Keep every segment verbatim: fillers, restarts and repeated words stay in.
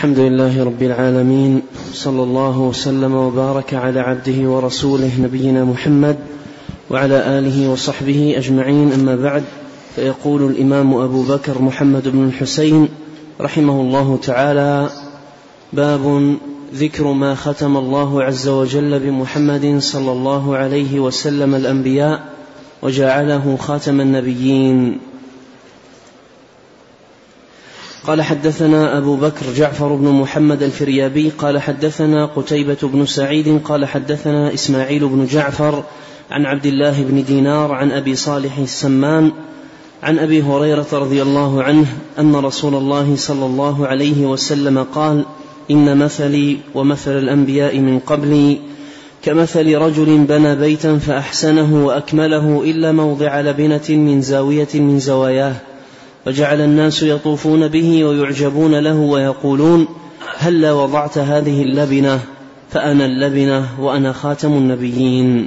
الحمد لله رب العالمين، صلى الله وسلم وبارك على عبده ورسوله نبينا محمد وعلى آله وصحبه أجمعين، أما بعد. فيقول الإمام أبو بكر محمد بن الحسين رحمه الله تعالى: باب ذكر ما ختم الله عز وجل بمحمد صلى الله عليه وسلم الأنبياء وجعله خاتم النبيين. قال: حدثنا أبو بكر جعفر بن محمد الفريابي قال حدثنا قتيبة بن سعيد قال حدثنا إسماعيل بن جعفر عن عبد الله بن دينار عن أبي صالح السمان عن أبي هريرة رضي الله عنه أن رسول الله صلى الله عليه وسلم قال: إن مثلي ومثل الأنبياء من قبلي كمثل رجل بنى بيتا فأحسنه وأكمله إلا موضع لبنة من زاوية من زواياه، فجعل الناس يطوفون به ويعجبون له ويقولون: هل وضعت هذه اللبنة؟ فأنا اللبنة وأنا خاتم النبيين.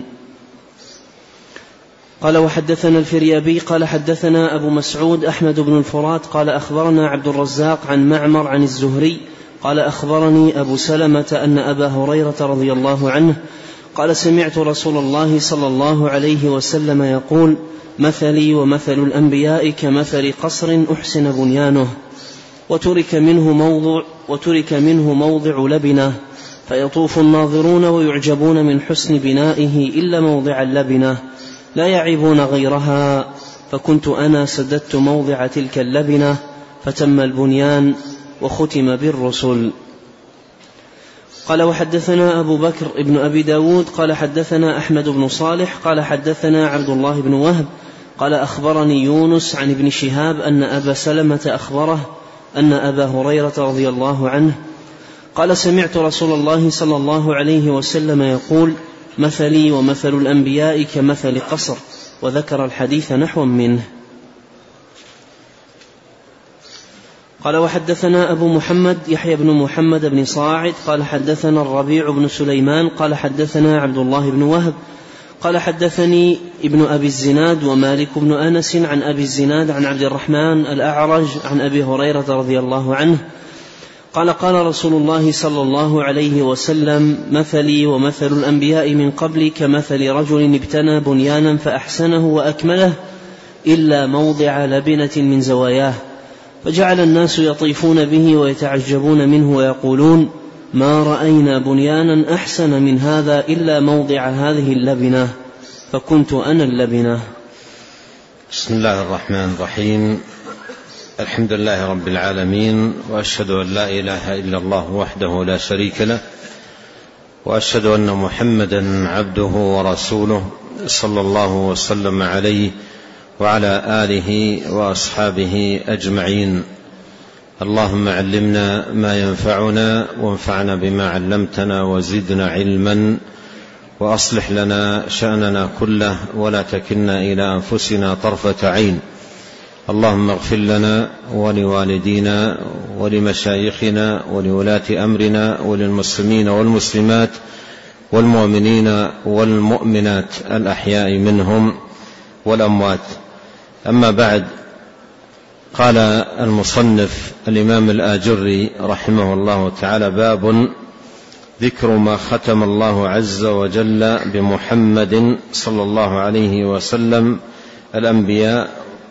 قال: وحدثنا الفريابي قال حدثنا أبو مسعود أحمد بن الفرات قال أخبرنا عبد الرزاق عن معمر عن الزهري قال أخبرني أبو سلمة أن أبا هريرة رضي الله عنه قال: سمعت رسول الله صلى الله عليه وسلم يقول: مثلي ومثل الأنبياء كمثل قصر أحسن بنيانه وترك منه موضع, وترك منه موضع لبنة، فيطوف الناظرون ويعجبون من حسن بنائه إلا موضع اللبنة، لا يعيبون غيرها، فكنت أنا سددت موضع تلك اللبنة، فتم البنيان وختم بالرسل. قال: وحدثنا أبو بكر ابن أبي داود قال حدثنا أحمد بن صالح قال حدثنا عبد الله بن وهب قال أخبرني يونس عن ابن شهاب أن أبا سلمة أخبره أن أبا هريرة رضي الله عنه قال: سمعت رسول الله صلى الله عليه وسلم يقول: مثلي ومثل الأنبياء كمثل قصر، وذكر الحديث نحو منه. قال: وحدثنا أبو محمد يحيى بن محمد بن صاعد قال حدثنا الربيع بن سليمان قال حدثنا عبد الله بن وهب قال حدثني ابن أبي الزناد ومالك بن أنس عن أبي الزناد عن عبد الرحمن الأعرج عن أبي هريرة رضي الله عنه قال: قال رسول الله صلى الله عليه وسلم: مثلي ومثل الأنبياء من قبل كمثل رجل ابتنى بنيانا فأحسنه وأكمله إلا موضع لبنة من زواياه، فجعل الناس يطيفون به ويتعجبون منه ويقولون: ما رأينا بنيانا أحسن من هذا إلا موضع هذه اللبنة، فكنت أنا اللبنة. بسم الله الرحمن الرحيم. الحمد لله رب العالمين، وأشهد أن لا إله إلا الله وحده لا شريك له، وأشهد أن محمدا عبده ورسوله صلى الله وسلم عليه وعلى آله وأصحابه أجمعين. اللهم علمنا ما ينفعنا وانفعنا بما علمتنا وزدنا علما، وأصلح لنا شأننا كله ولا تكلنا إلى أنفسنا طرفة عين. اللهم اغفر لنا ولوالدينا ولمشايخنا ولولاة أمرنا وللمسلمين والمسلمات والمؤمنين والمؤمنات الأحياء منهم والأموات. أما بعد، قال المصنف الإمام الآجري رحمه الله تعالى: باب ذكر ما ختم الله عز وجل بمحمد صلى الله عليه وسلم الأنبياء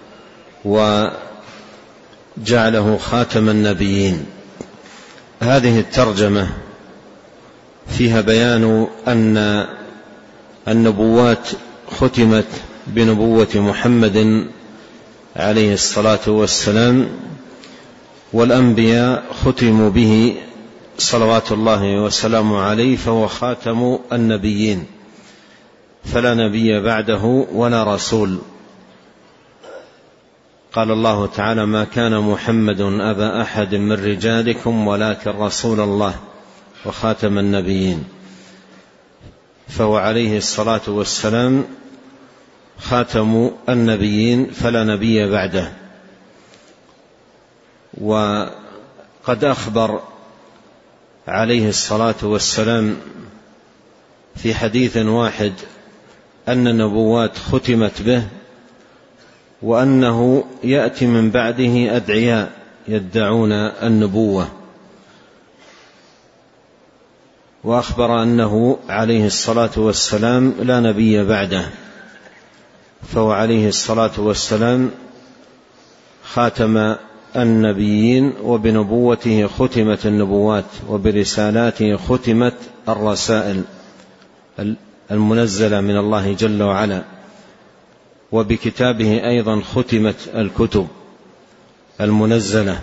وجعله خاتم النبيين. هذه الترجمة فيها بيان أن النبوات ختمت بنبوة محمد عليه الصلاة والسلام، والأنبياء ختموا به صلوات الله وسلامه عليه، فهو خاتم النبيين، فلا نبي بعده ولا رسول. قال الله تعالى: ما كان محمد أبا أحد من رجالكم ولكن رسول الله وخاتم النبيين، فهو عليه الصلاة والسلام خاتم النبيين فلا نبي بعده. وقد أخبر عليه الصلاة والسلام في حديث واحد أن النبوات ختمت به، وأنه يأتي من بعده أدعياء يدعون النبوة، وأخبر أنه عليه الصلاة والسلام لا نبي بعده، فهو عليه الصلاة والسلام خاتم النبيين، وبنبوته ختمت النبوات، وبرسالاته ختمت الرسائل المنزلة من الله جل وعلا، وبكتابه أيضا ختمت الكتب المنزلة.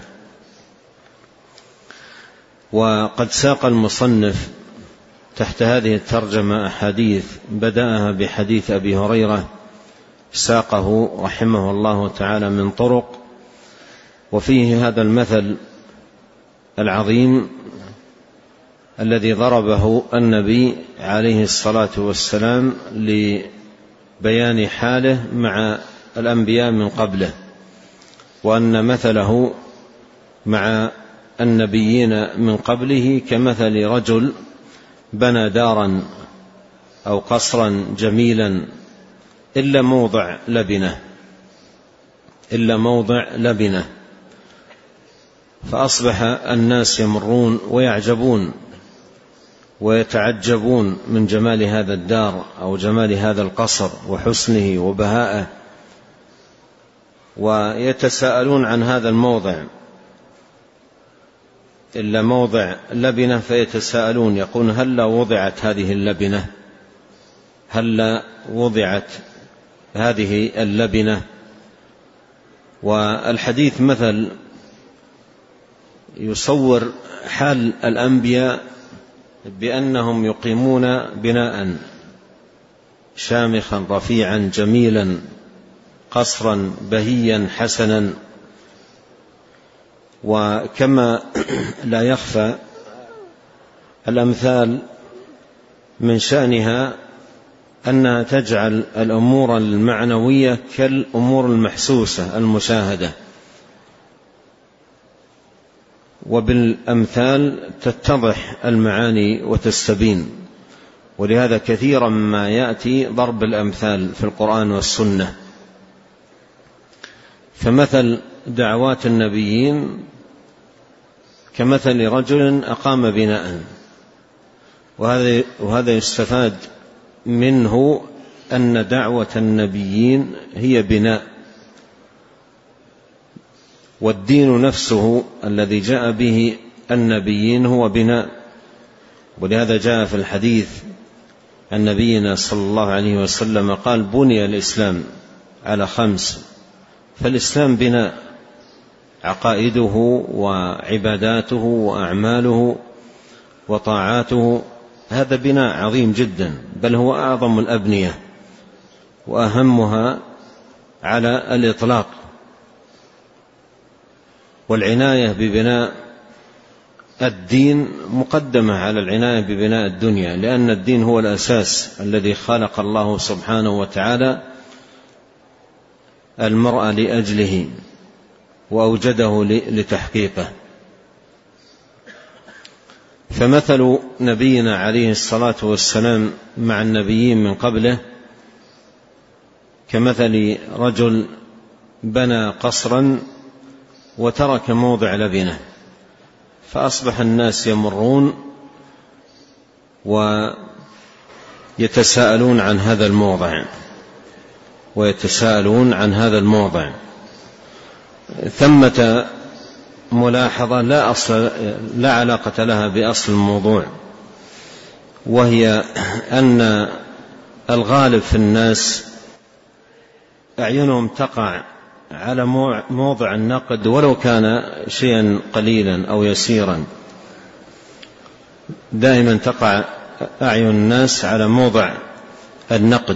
وقد ساق المصنف تحت هذه الترجمة أحاديث، بدأها بحديث أبي هريرة ساقه رحمه الله تعالى من طرق، وفيه هذا المثل العظيم الذي ضربه النبي عليه الصلاة والسلام لبيان حاله مع الأنبياء من قبله، وأن مثله مع النبيين من قبله كمثل رجل بنى دارا أو قصرا جميلا إلا موضع لبنة إلا موضع لبنة فأصبح الناس يمرون ويعجبون ويتعجبون من جمال هذا الدار أو جمال هذا القصر وحسنه وبهائه، ويتساءلون عن هذا الموضع إلا موضع لبنة، فيتساءلون يقولون هل وضعت هذه اللبنة هل وضعت هذه اللبنة. والحديث مثل يصور حال الأنبياء بأنهم يقيمون بناء شامخا رفيعا جميلا، قصرا بهيا حسنا. وكما لا يخفى الأمثال من شأنها أنها تجعل الأمور المعنوية كالأمور المحسوسة المشاهدة، وبالأمثال تتضح المعاني وتستبين، ولهذا كثيرا ما يأتي ضرب الأمثال في القرآن والسنة. فمثل دعوات النبيين كمثل رجل أقام بناء، وهذا يستفاد منه أن دعوة النبيين هي بناء، والدين نفسه الذي جاء به النبيين هو بناء. ولهذا جاء في الحديث عن نبينا صلى الله عليه وسلم قال: بني الإسلام على خمس. فالإسلام بناء، عقائده وعباداته وأعماله وطاعاته، هذا بناء عظيم جدا، بل هو أعظم الأبنية وأهمها على الإطلاق. والعناية ببناء الدين مقدمة على العناية ببناء الدنيا، لأن الدين هو الأساس الذي خلق الله سبحانه وتعالى المرء لأجله وأوجده لتحقيقه. فمثل نبينا عليه الصلاة والسلام مع النبيين من قبله كمثل رجل بنى قصرا وترك موضع لبنة، فأصبح الناس يمرون ويتساءلون عن هذا الموضع ويتساءلون عن هذا الموضع ثمة ملاحظة لا أصل لا علاقة لها بأصل الموضوع، وهي أن الغالب في الناس أعينهم تقع على موضع النقد ولو كان شيئا قليلا أو يسيرا. دائما تقع أعين الناس على موضع النقد.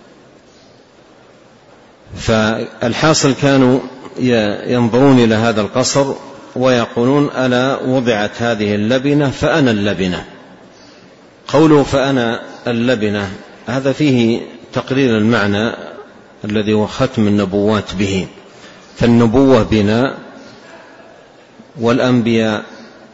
فالحاصل كانوا ينظرون إلى هذا القصر ويقولون: ألا وضعت هذه اللبنة فأنا اللبنة. قوله فأنا اللبنة هذا فيه تقرير المعنى الذي هو ختم النبوات به. فالنبوة بناء، والأنبياء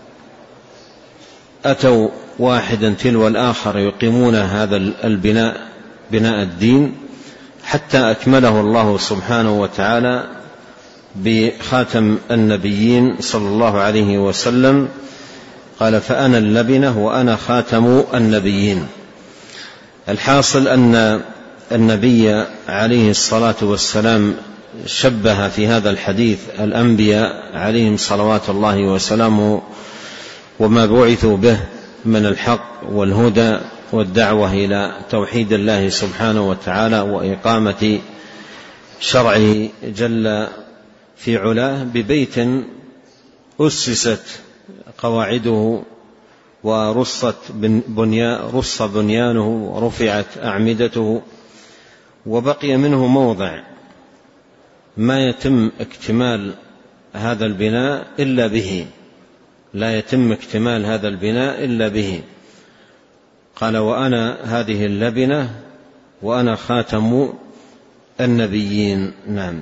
أتوا واحدا تلو الآخر يقيمون هذا البناء، بناء الدين، حتى أكمله الله سبحانه وتعالى بخاتم النبيين صلى الله عليه وسلم، قال فأنا اللبنة وأنا خاتم النبيين. الحاصل أن النبي عليه الصلاة والسلام شبه في هذا الحديث الأنبياء عليهم صلوات الله وسلامه وما بعثوا به من الحق والهدى والدعوة إلى توحيد الله سبحانه وتعالى وإقامة شرعه جل في علاه ببيت أسست قواعده ورصت بنيان رص بنيانه ورفعت أعمدته، وبقي منه موضع ما يتم اكتمال هذا البناء إلا به، لا يتم اكتمال هذا البناء إلا به. قال وأنا هذه اللبنة وأنا خاتم النبيين. نعم.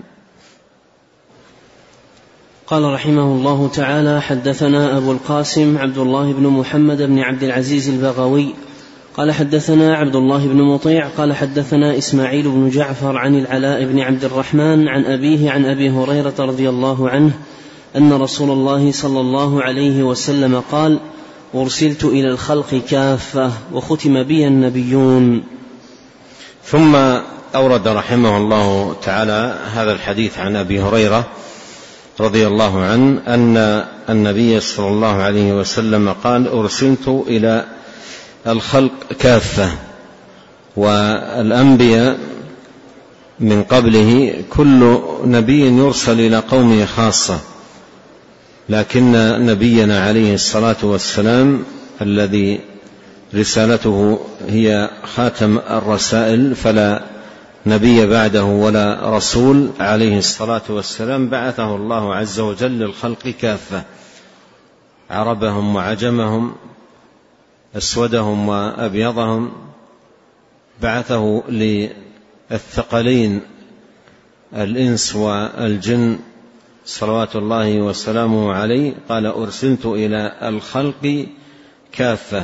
قال رحمه الله تعالى: حدثنا أبو القاسم عبد الله بن محمد بن عبد العزيز البغوي قال حدثنا عبد الله بن مطيع قال حدثنا إسماعيل بن جعفر عن العلاء بن عبد الرحمن عن أبيه عن أبي هريرة رضي الله عنه أن رسول الله صلى الله عليه وسلم قال: أرسلت إلى الخلق كافة وختم بي النبيون. ثم أورد رحمه الله تعالى هذا الحديث عن أبي هريرة رضي الله عنه أن النبي صلى الله عليه وسلم قال: أرسلت إلى الخلق كافة. والأنبياء من قبله كل نبي يرسل إلى قومه خاصة، لكن نبينا عليه الصلاة والسلام الذي رسالته هي خاتم الرسائل فلا نبي بعده ولا رسول عليه الصلاة والسلام بعثه الله عز وجل للخلق كافة، عربهم وعجمهم، أسودهم وأبيضهم، بعثه للثقلين الإنس والجن صلوات الله وسلامه عليه. قال: أرسلت إلى الخلق كافة.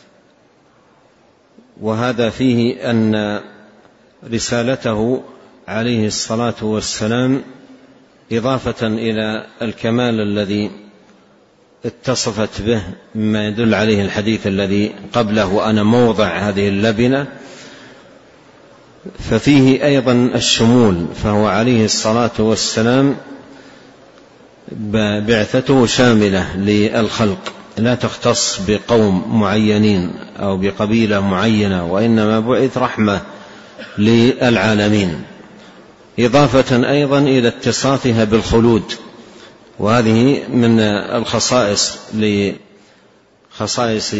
وهذا فيه أن رسالته عليه الصلاة والسلام إضافة إلى الكمال الذي اتصفت به مما يدل عليه الحديث الذي قبله وأنا موضع هذه اللبنة، ففيه أيضا الشمول، فهو عليه الصلاة والسلام بعثته شاملة للخلق، لا تختص بقوم معينين أو بقبيلة معينة، وإنما بعث رحمة للعالمين، إضافة أيضا إلى اتصافها بالخلود. وهذه من الخصائص لخصائص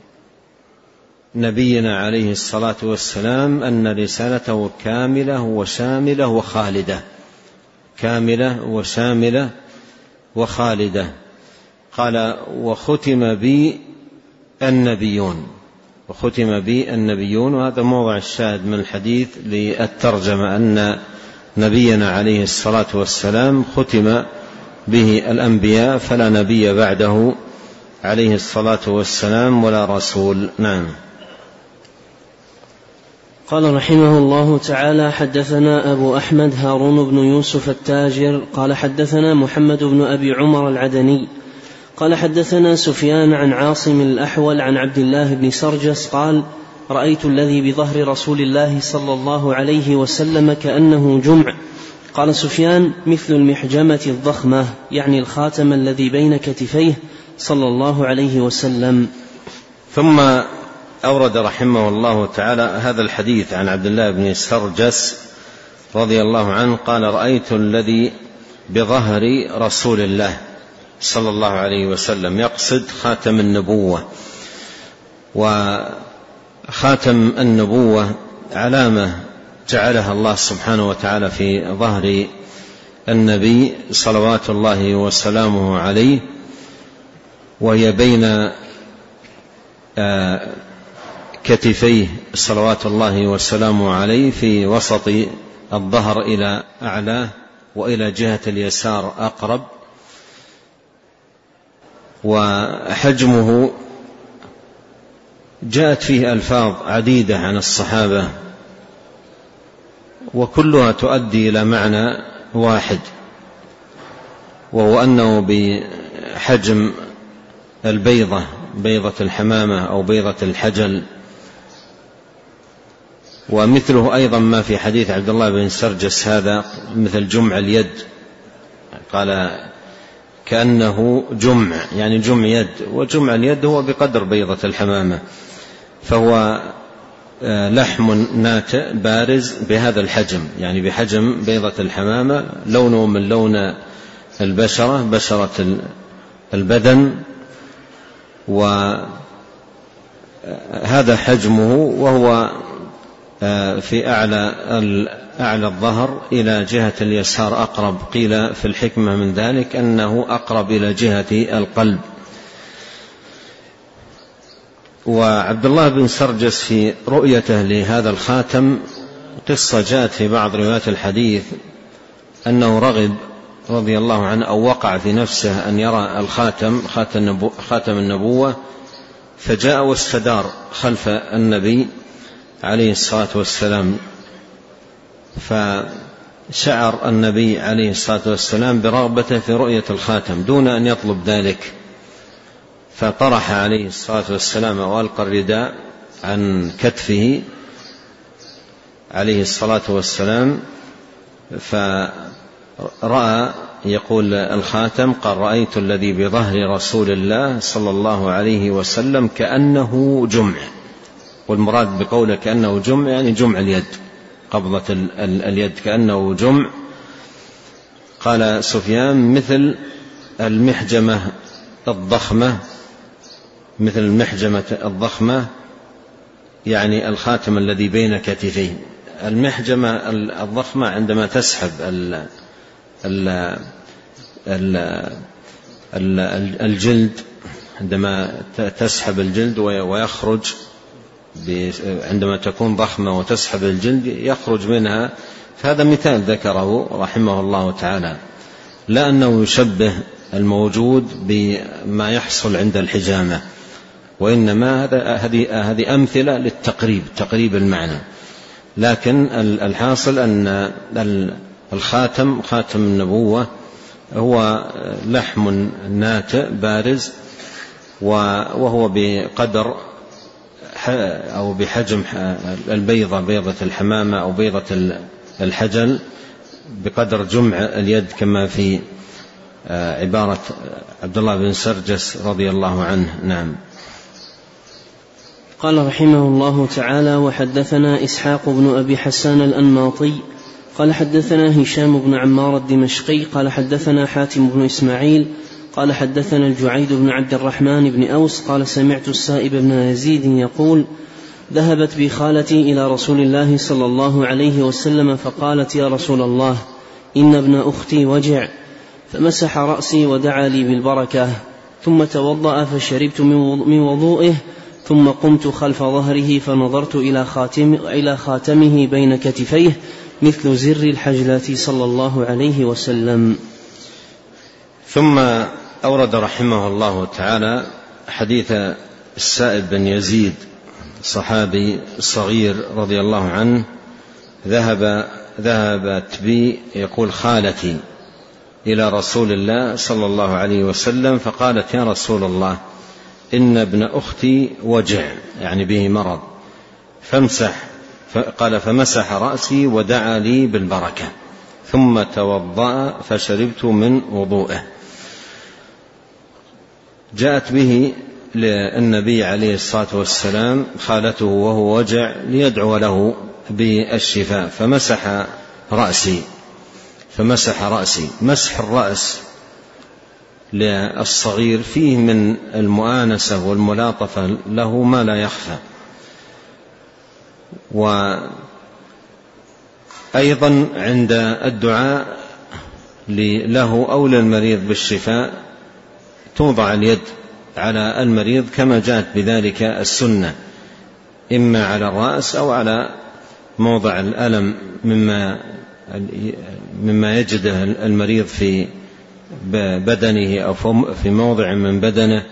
نبينا عليه الصلاة والسلام أن رسالته كاملة وشاملة وخالدة، كاملة وشاملة وخالدة. قال: وختم بي النبيون، وختم بي النبيون. وهذا موضع الشاهد من الحديث للترجمة، أن نبينا عليه الصلاة والسلام ختم به الأنبياء فلا نبي بعده عليه الصلاة والسلام ولا رسول. نعم. قال رحمه الله تعالى: حدثنا أبو أحمد هارون بن يوسف التاجر قال حدثنا محمد بن أبي عمر العدني قال حدثنا سفيان عن عاصم الأحول عن عبد الله بن سرجس قال: رأيت الذي بظهر رسول الله صلى الله عليه وسلم كأنه جمع. قال سفيان: مثل المحجمة الضخمة، يعني الخاتم الذي بين كتفيه صلى الله عليه وسلم. ثم أورد رحمه الله تعالى هذا الحديث عن عبد الله بن سرجس رضي الله عنه قال: رأيت الذي بظهر رسول الله صلى الله عليه وسلم، يقصد خاتم النبوة. وخاتم النبوة علامة جعلها الله سبحانه وتعالى في ظهر النبي صلوات الله وسلامه عليه، وهي بين كتفيه صلوات الله وسلامه عليه في وسط الظهر إلى أعلاه وإلى جهة اليسار أقرب. وحجمه جاءت فيه ألفاظ عديدة عن الصحابة وكلها تؤدي إلى معنى واحد، وهو أنه بحجم البيضة بيضة الحمامة أو بيضة الحجل. ومثله أيضا ما في حديث عبد الله بن سرجس هذا مثل جمع اليد، قال كأنه جمع يعني جمع يد، وجمع اليد هو بقدر بيضة الحمامة، فهو لحم ناتئ بارز بهذا الحجم، يعني بحجم بيضة الحمامة، لونه من لون البشرة بشرة البدن، وهذا حجمه، وهو في أعلى أعلى الظهر إلى جهة اليسار أقرب. قيل في الحكمة من ذلك أنه أقرب إلى جهة القلب. وعبد الله بن سرجس في رؤيته لهذا الخاتم قصة جاءت في بعض روايات الحديث أنه رغب رضي الله عنه أو وقع في نفسه أن يرى الخاتم خاتم النبوة، فجاء واستدار خلف النبي عليه الصلاة والسلام، فشعر النبي عليه الصلاة والسلام برغبته في رؤية الخاتم دون أن يطلب ذلك، فطرح عليه الصلاة والسلام وألقى الرداء عن كتفه عليه الصلاة والسلام، فرأى يقول الخاتم قال رأيت الذي بظهر رسول الله صلى الله عليه وسلم كأنه جمع، والمراد بقوله كأنه جمع يعني جمع اليد، قبضة اليد كأنه جمع. قال سفيان مثل المحجمة الضخمة، مثل المحجمة الضخمة يعني الخاتم الذي بين كتفيه. المحجمة الضخمة عندما تسحب ال ال ال الجلد، عندما تسحب الجلد ويخرج، عندما تكون ضخمة وتسحب الجلد يخرج منها، فهذا مثال ذكره رحمه الله تعالى، لا أنه يشبه الموجود بما يحصل عند الحجامة، وإنما هذه هذه أمثلة للتقريب، تقريب المعنى. لكن الحاصل أن الخاتم خاتم النبوة هو لحم ناتئ بارز، وهو بقدر أو بحجم البيضة بيضة الحمامة أو بيضة الحجل، بقدر جمع اليد كما في عبارة عبد الله بن سرجس رضي الله عنه. نعم. قال رحمه الله تعالى: وحدثنا إسحاق بن أبي حسان الأنماطي قال حدثنا هشام بن عمار الدمشقي قال حدثنا حاتم بن إسماعيل قال حدثنا الجعيد بن عبد الرحمن بن أوس قال سمعت السائب بن يزيد يقول: ذهبت بي خالتي إلى رسول الله صلى الله عليه وسلم فقالت: يا رسول الله، إن ابن أختي وجع، فمسح رأسي ودعا لي بالبركة، ثم توضأ فشربت من وضوئه، ثم قمت خلف ظهره فنظرت إلى, خاتم إلى خاتمه بين كتفيه مثل زر الحجلة صلى الله عليه وسلم. ثم أورد رحمه الله تعالى حديث السائب بن يزيد صحابي صغير رضي الله عنه: ذهب ذهبت بي يقول خالتي إلى رسول الله صلى الله عليه وسلم فقالت: يا رسول الله، إن ابن أختي وجع، يعني به مرض، فامسح. قال: فمسح رأسي ودعا لي بالبركة، ثم توضأ فشربت من وضوئه. جاءت به للنبي عليه الصلاة والسلام خالته وهو وجع ليدعو له بالشفاء، فمسح رأسي فمسح رأسي مسح الرأس للصغير فيه من المؤانسة والملاطفة له ما لا يخفى. وأيضا عند الدعاء له أو للمريض بالشفاء توضع اليد على المريض كما جاءت بذلك السنة، إما على الرأس أو على موضع الألم مما مما يجده المريض في بدنه أو في موضع من بدنه.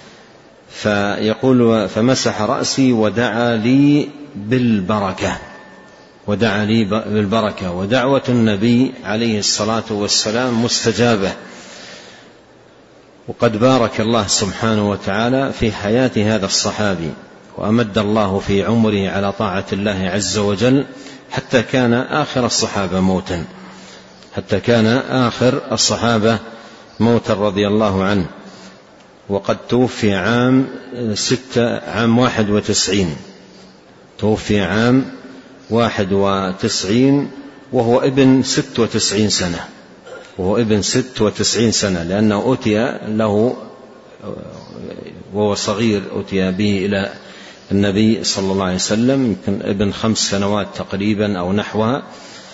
فيقول: فمسح رأسي ودعا لي بالبركة ودعا لي بالبركة ودعوة النبي عليه الصلاة والسلام مستجابة. وقد بارك الله سبحانه وتعالى في حياة هذا الصحابي، وأمد الله في عمره على طاعة الله عز وجل حتى كان آخر الصحابة موتا حتى كان آخر الصحابة موتا رضي الله عنه. وقد توفي عام ستة عام واحد وتسعين توفي عام واحد وتسعين وهو ابن ست وتسعين سنة وهو ابن ست وتسعين سنة لأنه أتي له وهو صغير، أتي به إلى النبي صلى الله عليه وسلم يمكن ابن خمس سنوات تقريبا أو نحوها،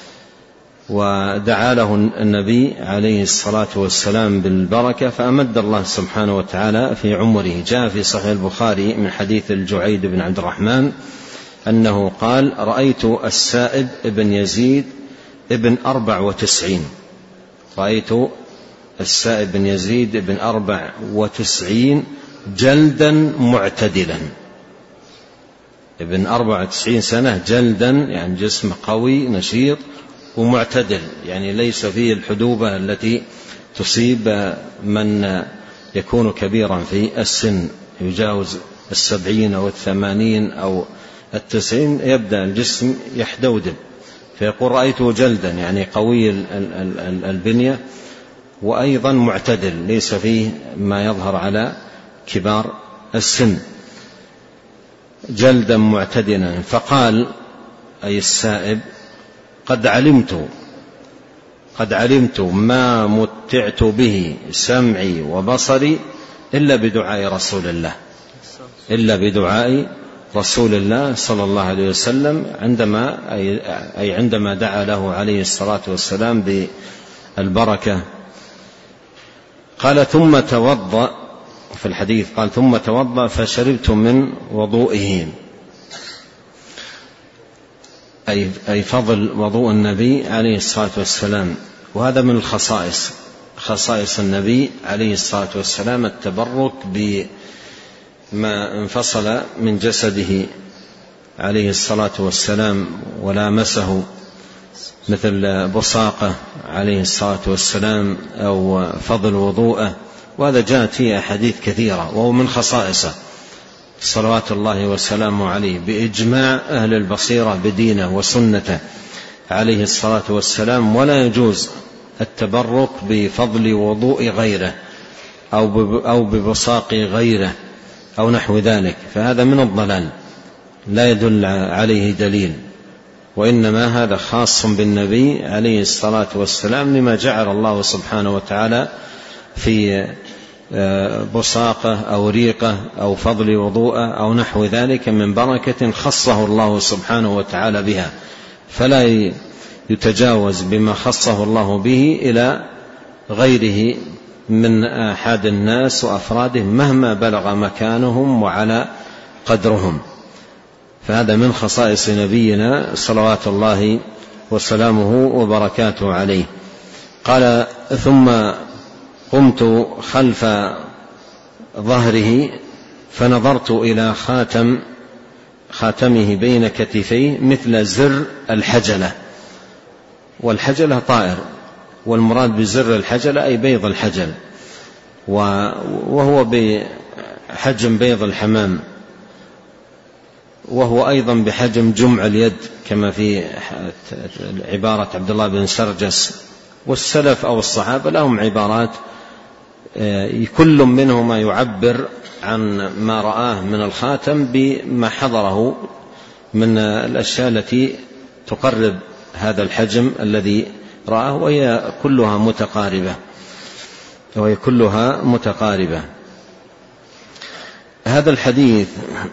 ودعا له النبي عليه الصلاة والسلام بالبركة فأمد الله سبحانه وتعالى في عمره. جاء في صحيح البخاري من حديث الجعيد بن عبد الرحمن أنه قال: رأيت السائب ابن يزيد ابن أربع وتسعين رأيت السائب بن يزيد بن أربع وتسعين جلدا معتدلا، ابن أربع وتسعين سنة جلدا يعني جسم قوي نشيط ومعتدل، يعني ليس فيه الحدوبة التي تصيب من يكون كبيرا في السن يجاوز السبعين أو الثمانين أو التسعين يبدأ الجسم يحدودب، فيقول رأيته جلدا يعني قوي البنية وأيضا معتدل ليس فيه ما يظهر على كبار السن، جلدا معتدلا. فقال أي السائب: قد علمت قد علمت ما متعت به سمعي وبصري إلا بدعاء رسول الله إلا بدعاء رسول الله صلى الله عليه وسلم عندما أي عندما دعا له عليه الصلاة والسلام بالبركة. قال: ثم توضأ، في الحديث قال: ثم توضأ فشربت من وضوئه، أي فضل وضوء النبي عليه الصلاة والسلام. وهذا من الخصائص خصائص النبي عليه الصلاة والسلام التبرك بما انفصل من جسده عليه الصلاة والسلام ولامسه، مثل بصاقه عليه الصلاة والسلام أو فضل وضوءه، وهذا جاءت فيه أحاديث كثيرة، وهو من خصائصه صلوات الله وسلامه عليه بإجماع أهل البصيرة بدينه وسنته عليه الصلاة والسلام. ولا يجوز التبرك بفضل وضوء غيره أو ببصاق غيره أو نحو ذلك، فهذا من الضلال لا يدل عليه دليل، وإنما هذا خاص بالنبي عليه الصلاة والسلام لما جعل الله سبحانه وتعالى في بصاقه أو ريقه أو فضل وضوءه أو نحو ذلك من بركة خصه الله سبحانه وتعالى بها، فلا يتجاوز بما خصه الله به إلى غيره من أحد الناس وأفرادهم مهما بلغ مكانهم وعلى قدرهم، فهذا من خصائص نبينا صلوات الله وسلامه وبركاته عليه. قال: ثم قمت خلف ظهره فنظرت إلى خاتم خاتمه بين كتفيه مثل زر الحجلة، والحجلة طائر، والمراد بزر الحجلة أي بيض الحجل، وهو بحجم بيض الحمام، وهو أيضا بحجم جمع اليد كما في عبارة عبد الله بن سرجس. والسلف أو الصحابة لهم عبارات كل منهما يعبر عن ما رآه من الخاتم بما حضره من الأشياء التي تقرب هذا الحجم الذي رآه، وهي كلها متقاربة وهي كلها متقاربة. هذا الحديث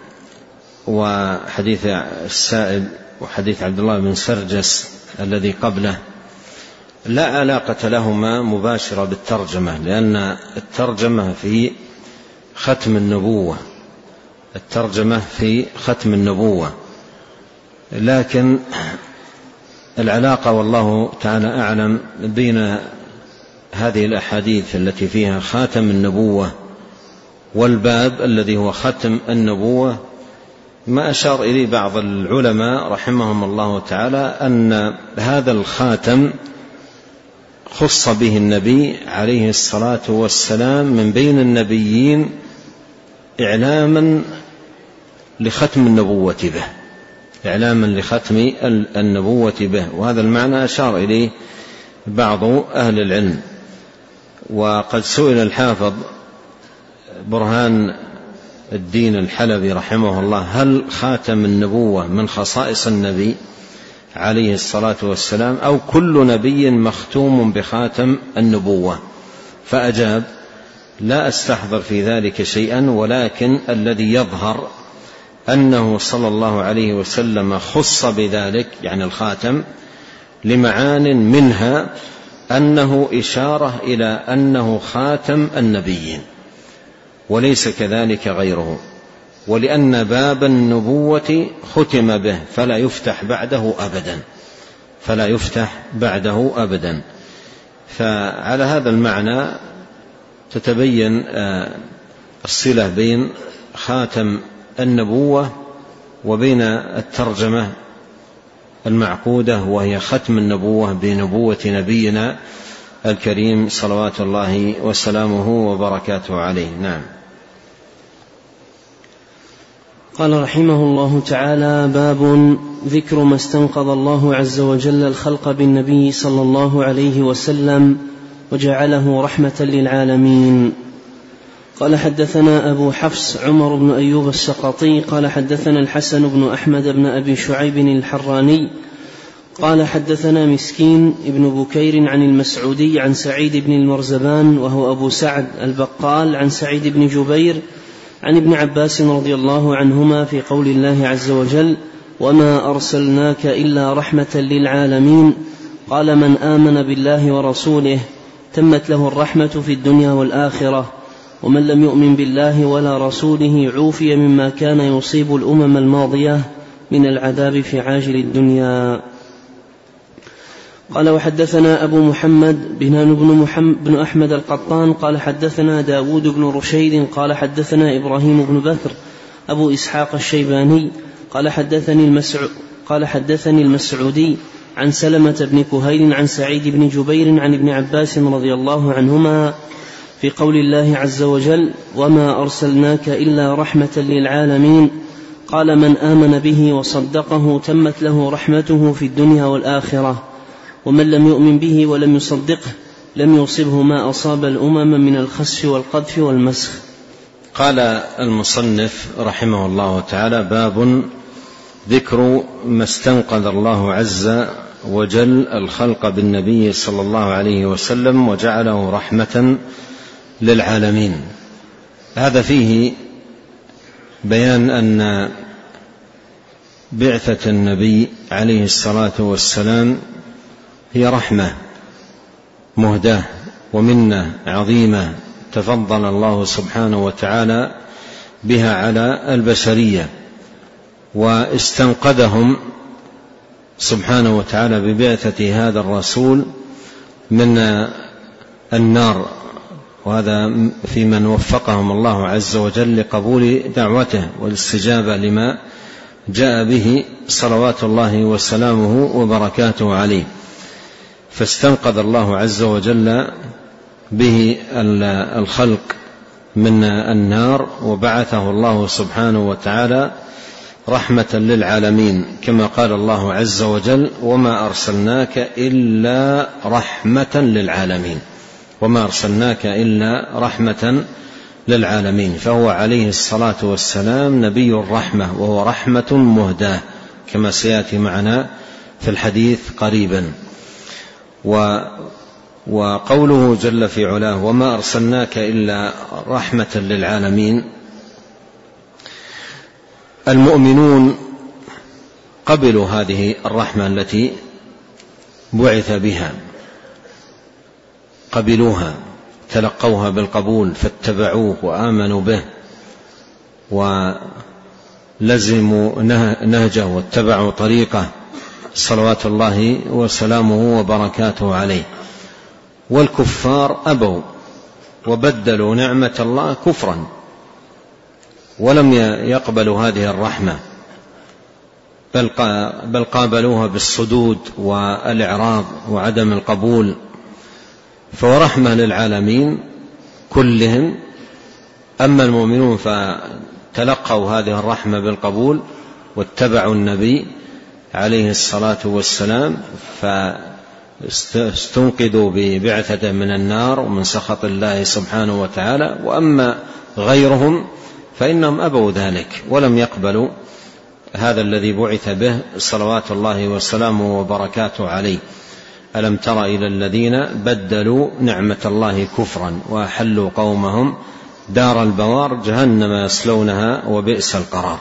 وحديث السائب وحديث عبد الله بن سرجس الذي قبله لا علاقة لهما مباشرة بالترجمة، لأن الترجمة في ختم النبوة الترجمة في ختم النبوة لكن العلاقة والله تعالى أعلم بين هذه الأحاديث التي فيها خاتم النبوة والباب الذي هو ختم النبوة ما أشار إليه بعض العلماء رحمهم الله تعالى أن هذا الخاتم خص به النبي عليه الصلاة والسلام من بين النبيين إعلاما لختم النبوة به، إعلاما لختم النبوة به، وهذا المعنى أشار إليه بعض أهل العلم. وقد سئل الحافظ برهان الدين الحلبي رحمه الله: هل خاتم النبوة من خصائص النبي عليه الصلاة والسلام أو كل نبي مختوم بخاتم النبوة؟ فأجاب: لا أستحضر في ذلك شيئا، ولكن الذي يظهر أنه صلى الله عليه وسلم خص بذلك، يعني الخاتم، لمعان منها أنه إشارة إلى أنه خاتم النبيين وليس كذلك غيره، ولأن باب النبوة ختم به فلا يفتح بعده أبدا، فلا يفتح بعده أبدا. فعلى هذا المعنى تتبين الصلة بين خاتم النبوة وبين الترجمة المعقودة، وهي ختم النبوة بنبوة نبينا الكريم صلوات الله وسلامه وبركاته عليه. نعم. قال رحمه الله تعالى: باب ذكر ما استنقض الله عز وجل الخلق بالنبي صلى الله عليه وسلم وجعله رحمة للعالمين. قال: حدثنا أبو حفص عمر بن أيوب السقطي قال: حدثنا الحسن بن أحمد بن أبي شعيب الحراني قال: حدثنا مسكين ابن بكير عن المسعودي عن سعيد بن المرزبان وهو أبو سعد البقال عن سعيد بن جبير عن ابن عباس رضي الله عنهما في قول الله عز وجل: وما أرسلناك إلا رحمة للعالمين. قال: من آمن بالله ورسوله تمت له الرحمة في الدنيا والآخرة، ومن لم يؤمن بالله ولا رسوله عوفي مما كان يصيب الأمم الماضية من العذاب في عاجل الدنيا. قال: وحدثنا أبو محمد بنان بن, محمد بن أحمد القطان قال: حدثنا داود بن رشيد قال: حدثنا إبراهيم بن بكر أبو إسحاق الشيباني قال: حدثني, المسع... قال حدثني المسعودي عن سلمة بن كهيل عن سعيد بن جبير عن ابن عباس رضي الله عنهما في قول الله عز وجل: وما أرسلناك إلا رحمة للعالمين. قال: من آمن به وصدقه تمت له رحمته في الدنيا والآخرة، ومن لم يؤمن به ولم يصدقه لم يصبه ما أصاب الأمم من الخسف والقذف والمسخ. قال المصنف رحمه الله تعالى: باب ذكر ما استنقذ الله عز وجل الخلق بالنبي صلى الله عليه وسلم وجعله رحمة للعالمين. هذا فيه بيان أن بعثة النبي عليه الصلاة والسلام هي رحمة مهداة ومنة عظيمة تفضل الله سبحانه وتعالى بها على البشرية، واستنقذهم سبحانه وتعالى ببعثة هذا الرسول من النار، وهذا في من وفقهم الله عز وجل لقبول دعوته والاستجابة لما جاء به صلوات الله وسلامه وبركاته عليه. فاستنقذ الله عز وجل به الخلق من النار، وبعثه الله سبحانه وتعالى رحمة للعالمين، كما قال الله عز وجل: وما أرسلناك إلا رحمة للعالمين، وما أرسلناك إلا رحمة للعالمين. فهو عليه الصلاة والسلام نبي الرحمة، وهو رحمة مهداة كما سيأتي معنا في الحديث قريبا. وقوله جل في علاه: وما أرسلناك إلا رحمة للعالمين، المؤمنون قبلوا هذه الرحمة التي بعث بها، قبلوها، تلقوها بالقبول، فاتبعوه وآمنوا به ولزموا نهجه واتبعوا طريقه صلوات الله وسلامه وبركاته عليه. والكفار أبوا وبدلوا نعمة الله كفرا ولم يقبلوا هذه الرحمة، بل قابلوها بالصدود والإعراض وعدم القبول فهو رحمة للعالمين كلهم. أما المؤمنون فتلقوا هذه الرحمة بالقبول واتبعوا النبي عليه الصلاة والسلام فاستنقذوا ببعثة من النار ومن سخط الله سبحانه وتعالى. وأما غيرهم فإنهم أبوا ذلك ولم يقبلوا هذا الذي بعث به صلوات الله وسلامه وبركاته عليه. ألم تر إلى الذين بدلوا نعمة الله كفرا وأحلوا قومهم دار البوار جهنم يصلونها وبئس القرار.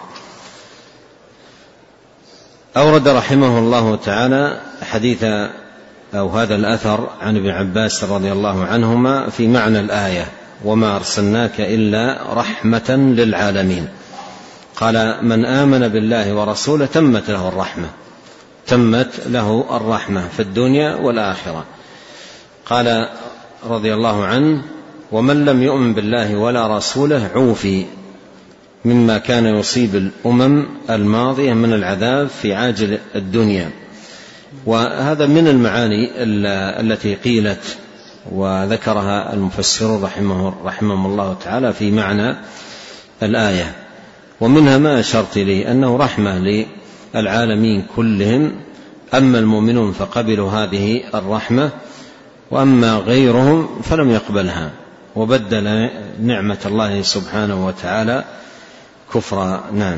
أورد رحمه الله تعالى حديث أو هذا الأثر عن ابن عباس رضي الله عنهما في معنى الآية وما أرسلناك إلا رحمة للعالمين. قال من آمن بالله ورسوله تمت له الرحمة تمت له الرحمة في الدنيا والآخرة. قال رضي الله عنه ومن لم يؤمن بالله ولا رسوله عوفي مما كان يصيب الأمم الماضية من العذاب في عاجل الدنيا. وهذا من المعاني التي قيلت وذكرها المفسرون رحمه رحمهم الله تعالى في معنى الآية. ومنها ما أشرت إليه أنه رحمة للعالمين كلهم. أما المؤمنون فقبلوا هذه الرحمة وأما غيرهم فلم يقبلها وبدل نعمة الله سبحانه وتعالى كفرا. نعم.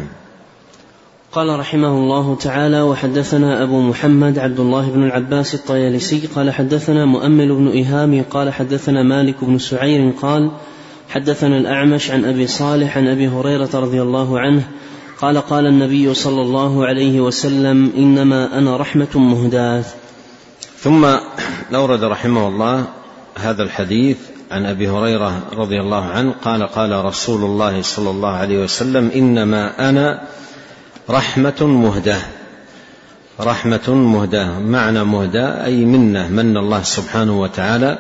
قال رحمه الله تعالى وحدثنا أبو محمد عبد الله بن العباس الطيالسي قال حدثنا مؤمل بن إيهام قال حدثنا مالك بن سعير قال حدثنا الأعمش عن أبي صالح عن أبي هريرة رضي الله عنه قال قال النبي صلى الله عليه وسلم إنما أنا رحمة مهداة. ثم أورد رحمه الله هذا الحديث عن أبي هريرة رضي الله عنه قال قال رسول الله صلى الله عليه وسلم إنما أنا رحمة مهداة. رحمة مهداة معنى مهداة أي منة من الله سبحانه وتعالى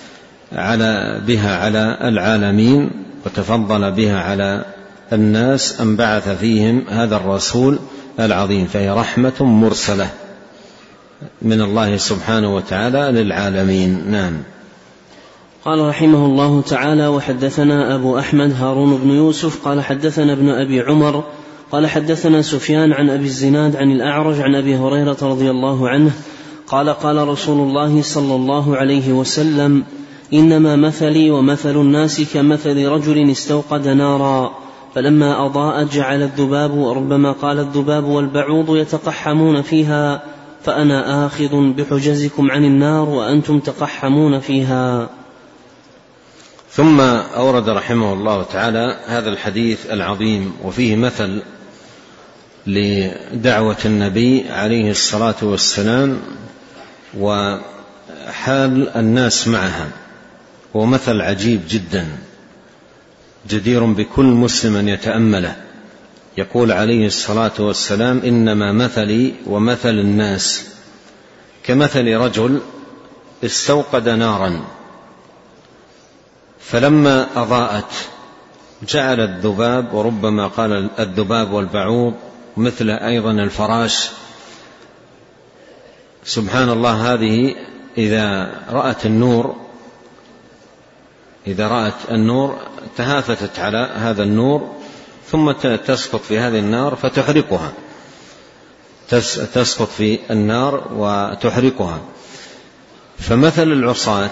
على بها على العالمين وتفضل بها على الناس أن بعث فيهم هذا الرسول العظيم. فهي رحمة مرسلة من الله سبحانه وتعالى للعالمين. نعم. قال رحمه الله تعالى وحدثنا أبو أحمد هارون بن يوسف قال حدثنا ابن أبي عمر قال حدثنا سفيان عن أبي الزناد عن الأعرج عن أبي هريرة رضي الله عنه قال قال رسول الله صلى الله عليه وسلم إنما مثلي ومثل الناس كمثل رجل استوقد نارا فلما أضاءت جعل الذباب وربما قال الذباب والبعوض يتقحمون فيها فأنا آخذ بحجزكم عن النار وأنتم تقحمون فيها. ثم أورد رحمه الله تعالى هذا الحديث العظيم وفيه مثل لدعوة النبي عليه الصلاة والسلام وحال الناس معها. ومثل عجيب جدا جدير بكل مسلم أن يتأمله. يقول عليه الصلاة والسلام إنما مثلي ومثل الناس كمثل رجل استوقد نارا فلما أضاءت جعل الذباب وربما قال الذباب والبعوض مثل أيضا الفراش. سبحان الله هذه إذا رأت النور إذا رأت النور تهافتت على هذا النور ثم تسقط في هذه النار فتحرقها تسقط في النار وتحرقها. فمثل العصاة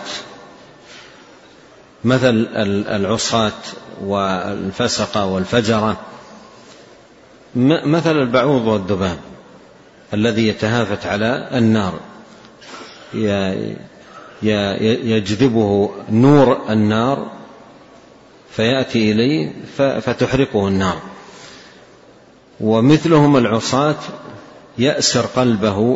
مثل العصاة والفسقة والفجرة مثل البعوض والذباب الذي يتهافت على النار يجذبه نور النار فيأتي إليه فتحرقه النار. ومثلهم العصاة يأسر قلبه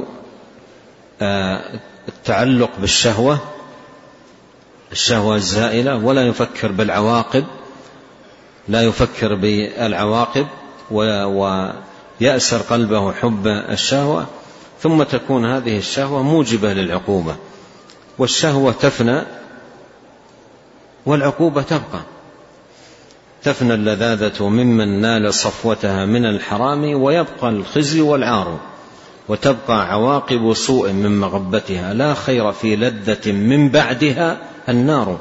التعلق بالشهوة الشهوة الزائلة ولا يفكر بالعواقب لا يفكر بالعواقب ويأسر قلبه حب الشهوة ثم تكون هذه الشهوة موجبة للعقوبة والشهوة تفنى والعقوبة تبقى. تفنى اللذاذة ممن نال صفوتها من الحرام ويبقى الخزي والعار وتبقى عواقب سوء من مغبتها، لا خير في لذة من بعدها النار.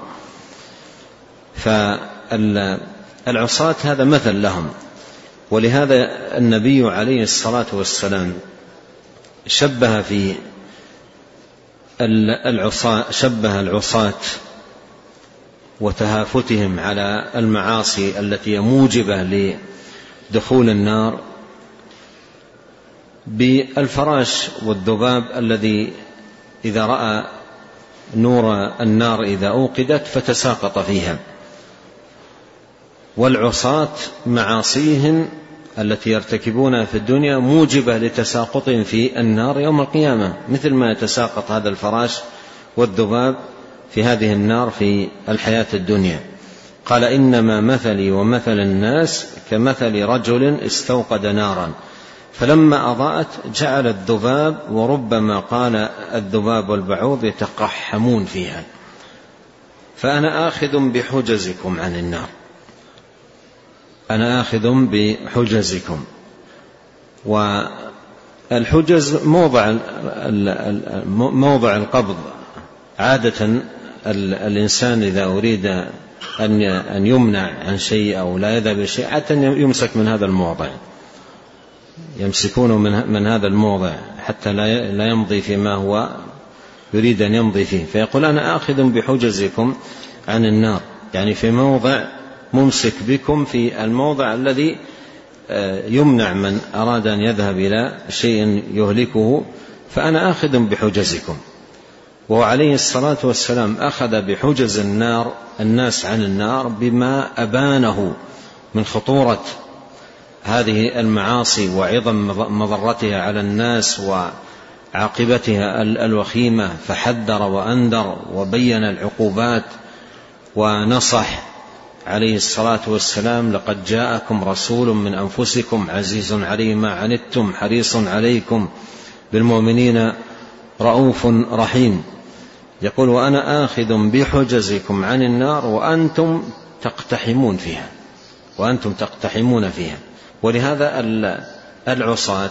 فالعصاة هذا مثل لهم. ولهذا النبي عليه الصلاة والسلام شبه في العصاة شبه العصاة وتهافتهم على المعاصي التي موجبة لدخول النار بالفراش والذباب الذي إذا رأى نور النار إذا أوقدت فتساقط فيها. والعصاة معاصيهم التي يرتكبونها في الدنيا موجبة لتساقطهم في النار يوم القيامة، مثل ما يتساقط هذا الفراش والذباب في هذه النار في الحياة الدنيا. قال إنما مثلي ومثل الناس كمثل رجل استوقد نارا فلما أضاءت جعل الذباب، وربما قال الذباب والبعوض يتقحمون فيها، فأنا آخذ بحجزكم عن النار، أنا آخذ بحجزكم. والحجز موضع موضع القبض. عادة الإنسان إذا أريد أن يمنع عن شيء أو لا يذهب بشيء حتى يمسك من هذا الموضع، يمسكون من هذا الموضع حتى لا يمضي فيما هو يريد أن يمضي فيه. فيقول أنا آخذ بحجزكم عن النار، يعني في موضع ممسك بكم في الموضع الذي يمنع من أراد أن يذهب إلى شيء يهلكه، فأنا آخذ بحجزكم. وعليه الصلاة والسلام أخذ بحجز النار الناس عن النار بما أبانه من خطورة هذه المعاصي وعظم مضرتها على الناس وعاقبتها الوخيمة، فحذر وأنذر وبين العقوبات ونصح عليه الصلاة والسلام لقد جاءكم رسول من أنفسكم عزيز عليه ما عنتم حريص عليكم بالمؤمنين رؤوف رحيم. يقول وأنا آخذ بحجزكم عن النار وأنتم تقتحمون فيها وأنتم تقتحمون فيها. ولهذا العصاة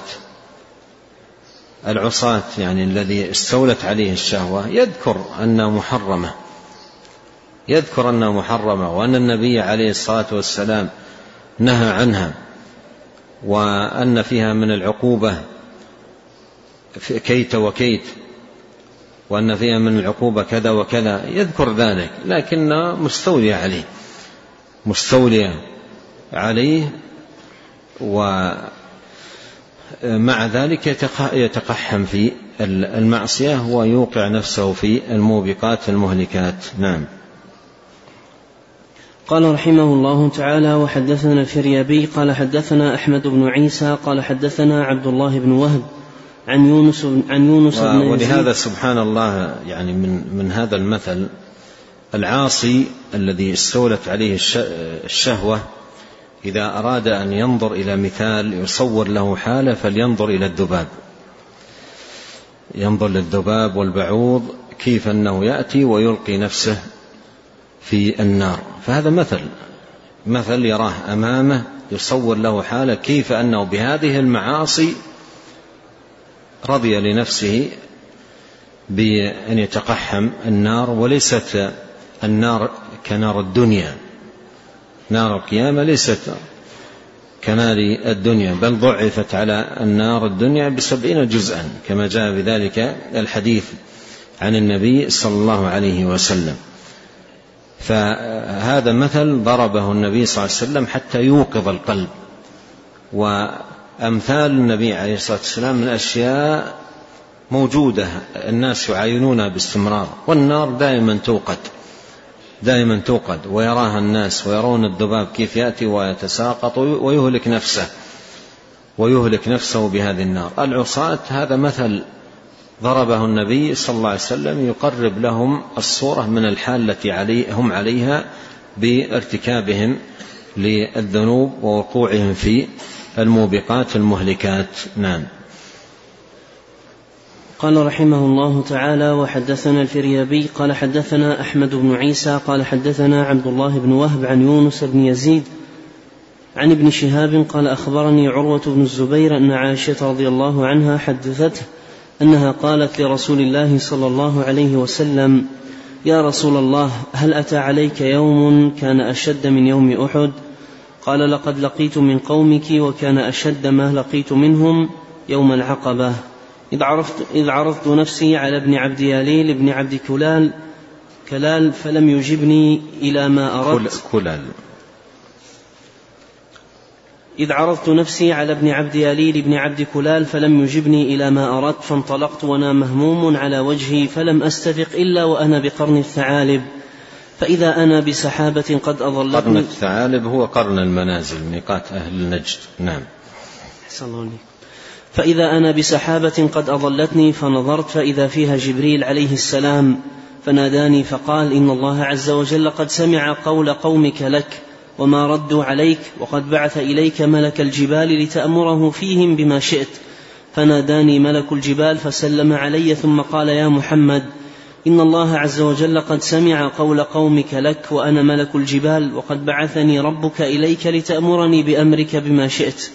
العصاة يعني الذي استولت عليه الشهوة يذكر أنها محرمة يذكر أنها محرمة وأن النبي عليه الصلاة والسلام نهى عنها، وأن فيها من العقوبة كيت وكيت، وأن فيها من العقوبة كذا وكذا، يذكر ذلك، لكنها مستولية عليه مستولية عليه ومع ذلك يتقحم في المعصية ويوقع نفسه في الموبقات المهلكات. نعم. قال رحمه الله تعالى وحدثنا الفريابي قال حدثنا أحمد بن عيسى قال حدثنا عبد الله بن وهب عن يونس عن يونس بن يزيد. ولهذا سبحان الله يعني من من هذا المثل العاصي الذي استولت عليه الشهوة إذا أراد أن ينظر إلى مثال يصور له حالة فلينظر إلى الذباب، ينظر للذباب والبعوض كيف أنه يأتي ويلقي نفسه في النار. فهذا مثل مثل يراه أمامه يصور له حالة كيف أنه بهذه المعاصي رضي لنفسه بأن يتقحم النار. وليست النار كنار الدنيا، نار القيامة ليست كنار الدنيا، بل ضعفت على النار الدنيا بسبعين جزءا كما جاء بذلك الحديث عن النبي صلى الله عليه وسلم. فهذا مثل ضربه النبي صلى الله عليه وسلم حتى يوقظ القلب. وأمثال النبي عليه الصلاة والسلام من أشياء موجودة الناس يعاينونها باستمرار، والنار دائما توقد دائما توقد ويراها الناس ويرون الذباب كيف يأتي ويتساقط ويهلك نفسه ويهلك نفسه بهذه النار. العصاة هذا مثل ضربه النبي صلى الله عليه وسلم يقرب لهم الصورة من الحال التي علي هم عليها بارتكابهم للذنوب ووقوعهم في الموبقات المهلكات. نعم. قال رحمه الله تعالى وحدثنا الفريابي قال حدثنا أحمد بن عيسى قال حدثنا عبد الله بن وهب عن يونس بن يزيد عن ابن شهاب قال أخبرني عروة بن الزبير أن عائشة رضي الله عنها حدثته أنها قالت لرسول الله صلى الله عليه وسلم: يا رسول الله، هل أتى عليك يوم كان أشد من يوم أحد؟ قال: لقد لقيت من قومك وكان أشد ما لقيت منهم يوم العقبة، إذ عرفت, إذ عرضت نفسي على ابن عبد ياليل ابن عبد كلال كلال فلم يجبني إلى ما أردت كلال إذ عرضت نفسي على ابن عبد ياليل ابن عبد كلال فلم يجبني إلى ما أردت، فانطلقت وأنا مهموم على وجهي، فلم أستفق إلا وأنا بقرن الثعالب، فإذا أنا بسحابة قد أظلتني. قرن الثعالب هو قرن المنازل، ميقات أهل نجد. نعم. فإذا أنا بسحابة قد أظلتني، فنظرت فإذا فيها جبريل عليه السلام، فناداني فقال: إن الله عز وجل قد سمع قول قومك لك وما ردوا عليك، وقد بعث إليك ملك الجبال لتأمره فيهم بما شئت. فناداني ملك الجبال فسلم علي، ثم قال: يا محمد، إن الله عز وجل قد سمع قول قومك لك وأنا ملك الجبال، وقد بعثني ربك إليك لتأمرني بأمرك بما شئت،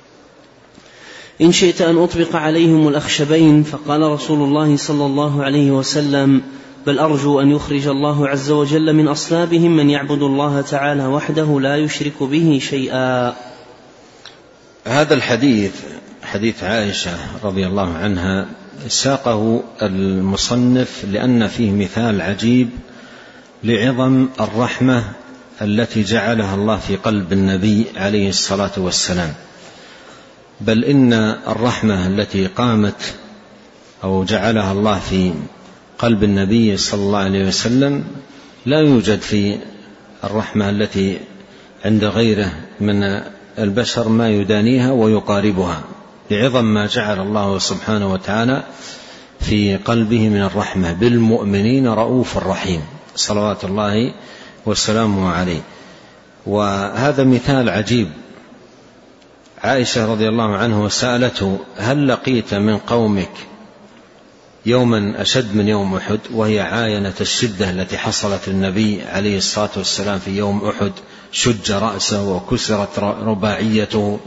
إن شئت أن أطبق عليهم الأخشبين. فقال رسول الله صلى الله عليه وسلم: بل أرجو أن يخرج الله عز وجل من أصلابهم من يعبد الله تعالى وحده لا يشرك به شيئا. هذا الحديث حديث عائشة رضي الله عنها ساقه المصنف لأن فيه مثال عجيب لعظم الرحمة التي جعلها الله في قلب النبي عليه الصلاة والسلام. بل إن الرحمة التي قامت أو جعلها الله في قلب النبي صلى الله عليه وسلم لا يوجد في الرحمة التي عند غيره من البشر ما يدانيها ويقاربها، لعظم ما جعل الله سبحانه وتعالى في قلبه من الرحمة بالمؤمنين رؤوف رحيم صلوات الله وسلامه عليه. وهذا مثال عجيب. عائشة رضي الله عنها وسألته: هل لقيت من قومك يوما أشد من يوم أحد؟ وهي عاينة الشدة التي حصلت للنبي عليه الصلاة والسلام في يوم أحد، شج رأسه وكسرت رباعيته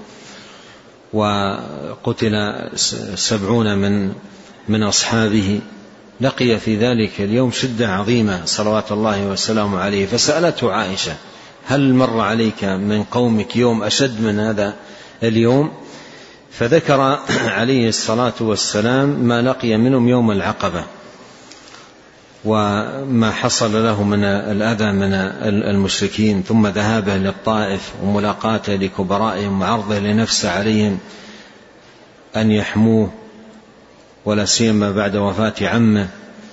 وقتل سبعون من من أصحابه. لقي في ذلك اليوم شدة عظيمة صلوات الله وسلامه عليه. فسألته عائشة: هل مر عليك من قومك يوم أشد من هذا اليوم؟ فذكر عليه الصلاة والسلام ما لقي منهم يوم العقبة وما حصل له من الأذى من المشركين، ثم ذهابه للطائف وملاقاته لكبرائهم وعرضه لنفسه عليهم أن يحموه، ولا سيما بعد وفاة عمه،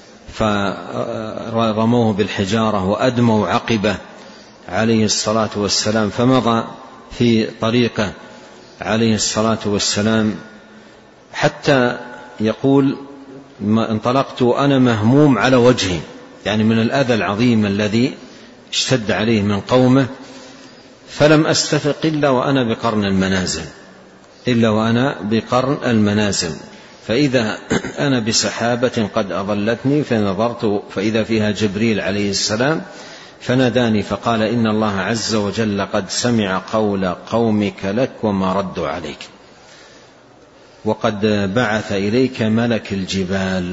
فرموه بالحجارة وأدموا عقبه عليه الصلاة والسلام، فمضى في طريقه عليه الصلاة والسلام حتى يقول: انطلقت وأنا مهموم على وجهي، يعني من الأذى العظيم الذي اشتد عليه من قومه، فلم أستفق إلا وأنا بقرن المنازل إلا وأنا بقرن المنازل فإذا أنا بسحابة قد أظلتني، فنظرت فإذا فيها جبريل عليه السلام، فناداني فقال: إن الله عز وجل قد سمع قول قومك لك وما ردوا عليك، وقد بعث إليك ملك الجبال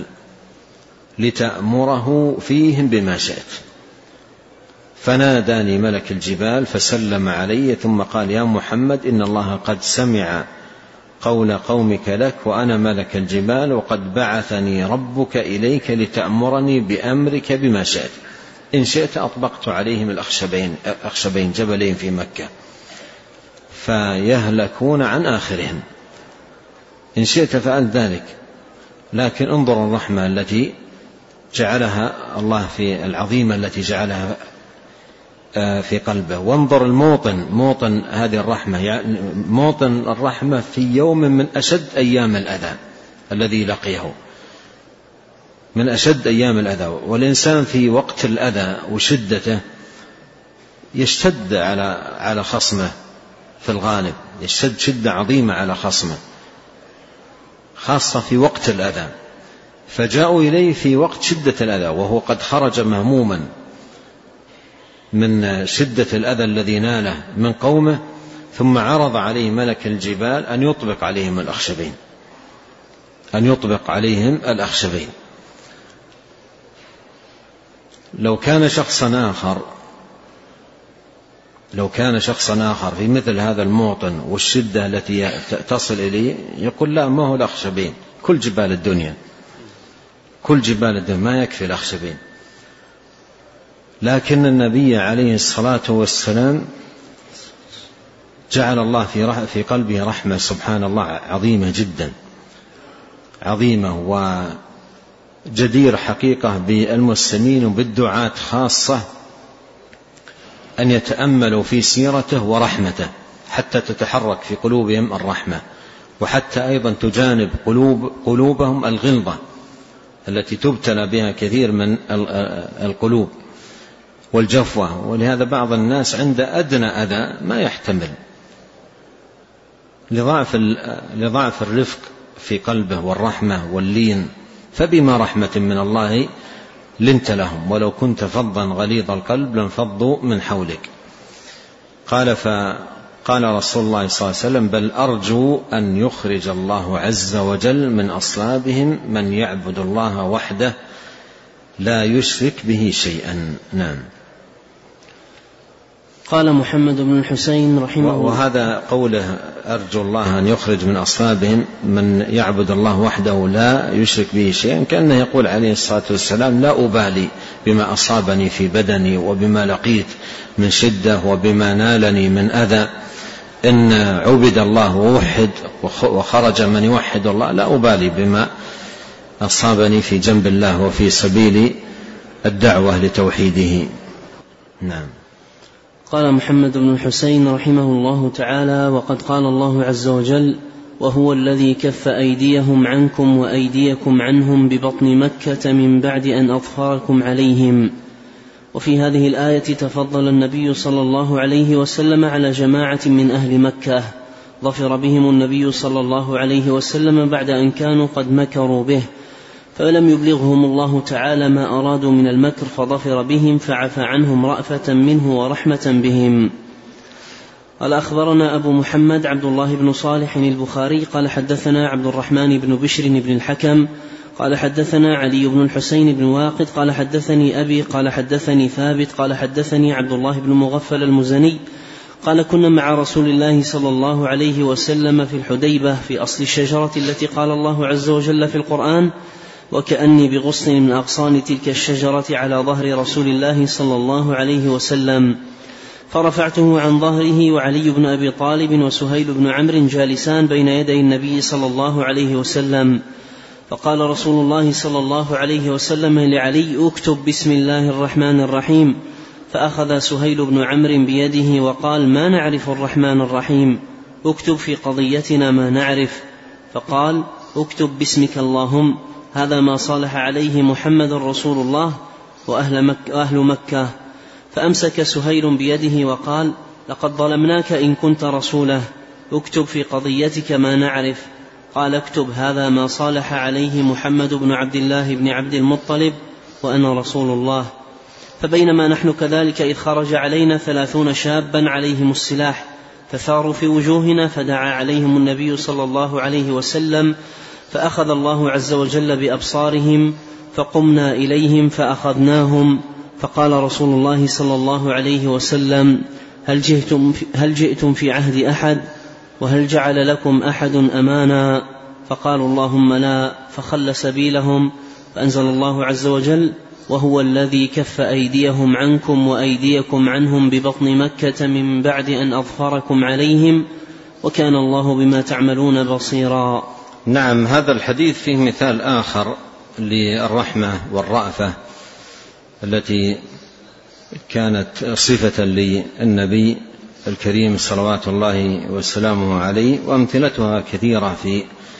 لتأمره فيهم بما شئت. فناداني ملك الجبال فسلم علي، ثم قال: يا محمد، إن الله قد سمع قول قومك لك وأنا ملك الجبال، وقد بعثني ربك إليك لتأمرني بأمرك بما شئت، إن شئت أطبقت عليهم الأخشبين, أخشبين جبلين في مكة فيهلكون عن آخرهم، إن شئت فعلت ذلك. لكن انظر الرحمة التي جعلها الله في العظيمة التي جعلها في قلبه، وانظر الموطن موطن هذه الرحمة، يعني موطن الرحمة في يوم من أشد أيام الأذى الذي لقيه، من أشد أيام الأذى. والإنسان في وقت الأذى وشدته يشتد على على خصمه، في الغالب يشتد شدة عظيمة على خصمه، خاصة في وقت الأذى. فجاءوا إليه في وقت شدة الأذى وهو قد خرج مهموما من شدة الأذى الذي ناله من قومه، ثم عرض عليه ملك الجبال أن يطبق عليهم الأخشبين أن يطبق عليهم الأخشبين. لو كان شخصا آخر لو كان شخصا آخر في مثل هذا الموطن والشدة التي تصل إليه يقول لا، ما هو الأخشبين، كل جبال الدنيا كل جبال الدنيا ما يكفي الأخشبين. لكن النبي عليه الصلاة والسلام جعل الله في في قلبه رحمة سبحان الله عظيمة جدا، عظيمة وجدير حقيقة بالمسلمين وبالدعاة خاصة أن يتأملوا في سيرته ورحمته حتى تتحرك في قلوبهم الرحمة، وحتى أيضا تجانب قلوب قلوبهم الغلظة التي تبتلى بها كثير من القلوب والجفوة. ولهذا بعض الناس عند أدنى أذى ما يحتمل لضعف لضعف الرفق في قلبه والرحمة واللين، فبما رحمة من الله لنت لهم ولو كنت فظا غليظ القلب لانفضوا من حولك. قال فقال رسول الله صلى الله عليه وسلم بل أرجو أن يخرج الله عز وجل من أصلابهم من يعبد الله وحده لا يشرك به شيئا. نعم. قال محمد بن الحسين رحمه الله، وهذا قوله أرجو الله أن يخرج من أصلابهم من يعبد الله وحده لا يشرك به شيئا، كأنه يقول عليه الصلاة والسلام لا أبالي بما أصابني في بدني وبما لقيت من شدة وبما نالني من أذى، إن عبد الله ووحد وخرج من يوحد الله لا أبالي بما أصابني في جنب الله وفي سبيل الدعوة لتوحيده. نعم. قال محمد بن الحسين رحمه الله تعالى وقد قال الله عز وجل وهو الذي كف أيديهم عنكم وأيديكم عنهم ببطن مكة من بعد أن أظفركم عليهم. وفي هذه الآية تفضل النبي صلى الله عليه وسلم على جماعة من أهل مكة ظفر بهم النبي صلى الله عليه وسلم بعد أن كانوا قد مكروا به، فلم يبلغهم الله تعالى ما أرادوا من المكر فظفر بهم فعفى عنهم رأفة منه ورحمة بهم. قال أخبرنا أبو محمد عبد الله بن صالح البخاري قال حدثنا عبد الرحمن بن بشر بن الحكم قال حدثنا علي بن الحسين بن واقد قال حدثني أبي قال حدثني ثابت قال حدثني عبد الله بن مغفل المزني قال كنا مع رسول الله صلى الله عليه وسلم في الحديبة في أصل الشجرة التي قال الله عز وجل في القرآن وكأني بغصن من أغصان تلك الشجرة على ظهر رسول الله صلى الله عليه وسلم، فرفعته عن ظهره وعلي بن أبي طالب وسهيل بن عمرو جالسان بين يدي النبي صلى الله عليه وسلم، فقال رسول الله صلى الله عليه وسلم لعلي اكتب بسم الله الرحمن الرحيم، فأخذ سهيل بن عمرو بيده وقال ما نعرف الرحمن الرحيم، اكتب في قضيتنا ما نعرف، فقال اكتب باسمك اللهم، هذا ما صالح عليه محمد رسول الله وأهل مكة, وأهل مكة. فأمسك سهيل بيده وقال لقد ظلمناك إن كنت رسوله، اكتب في قضيتك ما نعرف. قال اكتب هذا ما صالح عليه محمد بن عبد الله بن عبد المطلب وأنا رسول الله. فبينما نحن كذلك إذ خرج علينا ثلاثون شابا عليهم السلاح فثاروا في وجوهنا، فدعا عليهم النبي صلى الله عليه وسلم فأخذ الله عز وجل بأبصارهم، فقمنا إليهم فأخذناهم، فقال رسول الله صلى الله عليه وسلم هل جئتم في, هل جئتم في عهد أحد وهل جعل لكم أحد أمانا؟ فقالوا اللهم لا، فخل سبيلهم، فأنزل الله عز وجل وهو الذي كف أيديهم عنكم وأيديكم عنهم ببطن مكة من بعد أن أظفركم عليهم وكان الله بما تعملون بصيرا. نعم. هذا الحديث فيه مثال آخر للرحمة والرأفة التي كانت صفة للنبي الكريم صلوات الله وسلامه عليه، وأمثلتها كثيرة في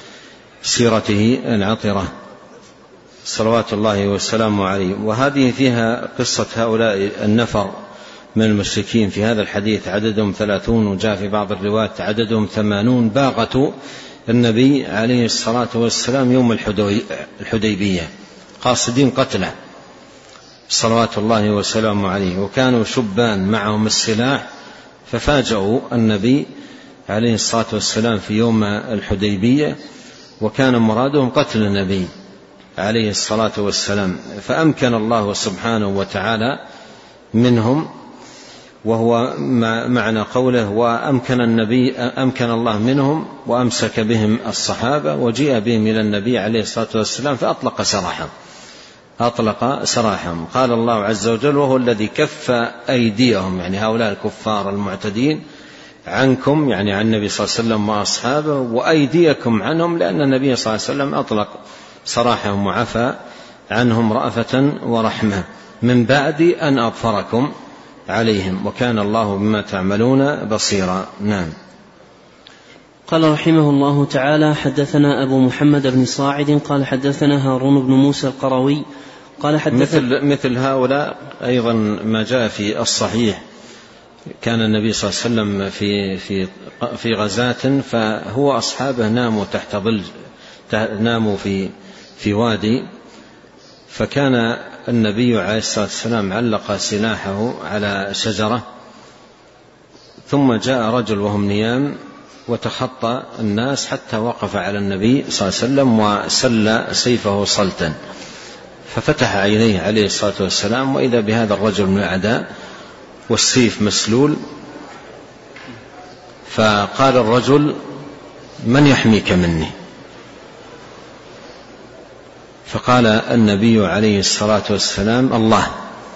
سيرته العطرة صلوات الله وسلامه عليه. وهذه فيها قصة هؤلاء النفر من المشركين في هذا الحديث عددهم ثلاثون، وجاء في بعض الروايات عددهم ثمانون، باغتوا النبي عليه الصلاة والسلام يوم الحديبية قاصدين قتله صلوات الله وسلامه عليه، وكانوا شبان معهم السلاح ففاجأوا النبي عليه الصلاة والسلام في يوم الحديبية، وكان مرادهم قتل النبي عليه الصلاة والسلام، فأمكن الله سبحانه وتعالى منهم، وهو معنى قوله وأمكن النبي أمكن الله منهم وأمسك بهم الصحابة، وجيء بهم إلى النبي عليه الصلاة والسلام فأطلق سراحهم أطلق سراحهم. قال الله عز وجل: وهو الذي كف أيديهم، يعني هؤلاء الكفار المعتدين، عنكم، يعني عن النبي صلى الله عليه وسلم وأصحابه، وأيديكم عنهم، لأن النبي صلى الله عليه وسلم أطلق سراحهم وعفى عنهم رأفة ورحمة من بعد أن أظفركم عليهم، وكان الله بما تعملون بصيرا. نعم. قال رحمه الله تعالى: حدثنا أبو محمد بن صاعد قال حدثنا هارون بن موسى القروي قال حدثنا مثل, مثل هؤلاء أيضا ما جاء في الصحيح، كان النبي صلى الله عليه وسلم في, في, في غزاة، فهو أصحابه ناموا تحت ظل، ناموا في, في وادي، فكان النبي عليه الصلاة والسلام علق سلاحه على شجرة، ثم جاء رجل وهم نيام وتخطى الناس حتى وقف على النبي صلى الله عليه وسلم وسل سيفه صلتا، ففتح عينيه عليه الصلاة والسلام، وإذا بهذا الرجل من الأعداء والسيف مسلول، فقال الرجل: من يحميك مني؟ فقال النبي عليه الصلاة والسلام: الله.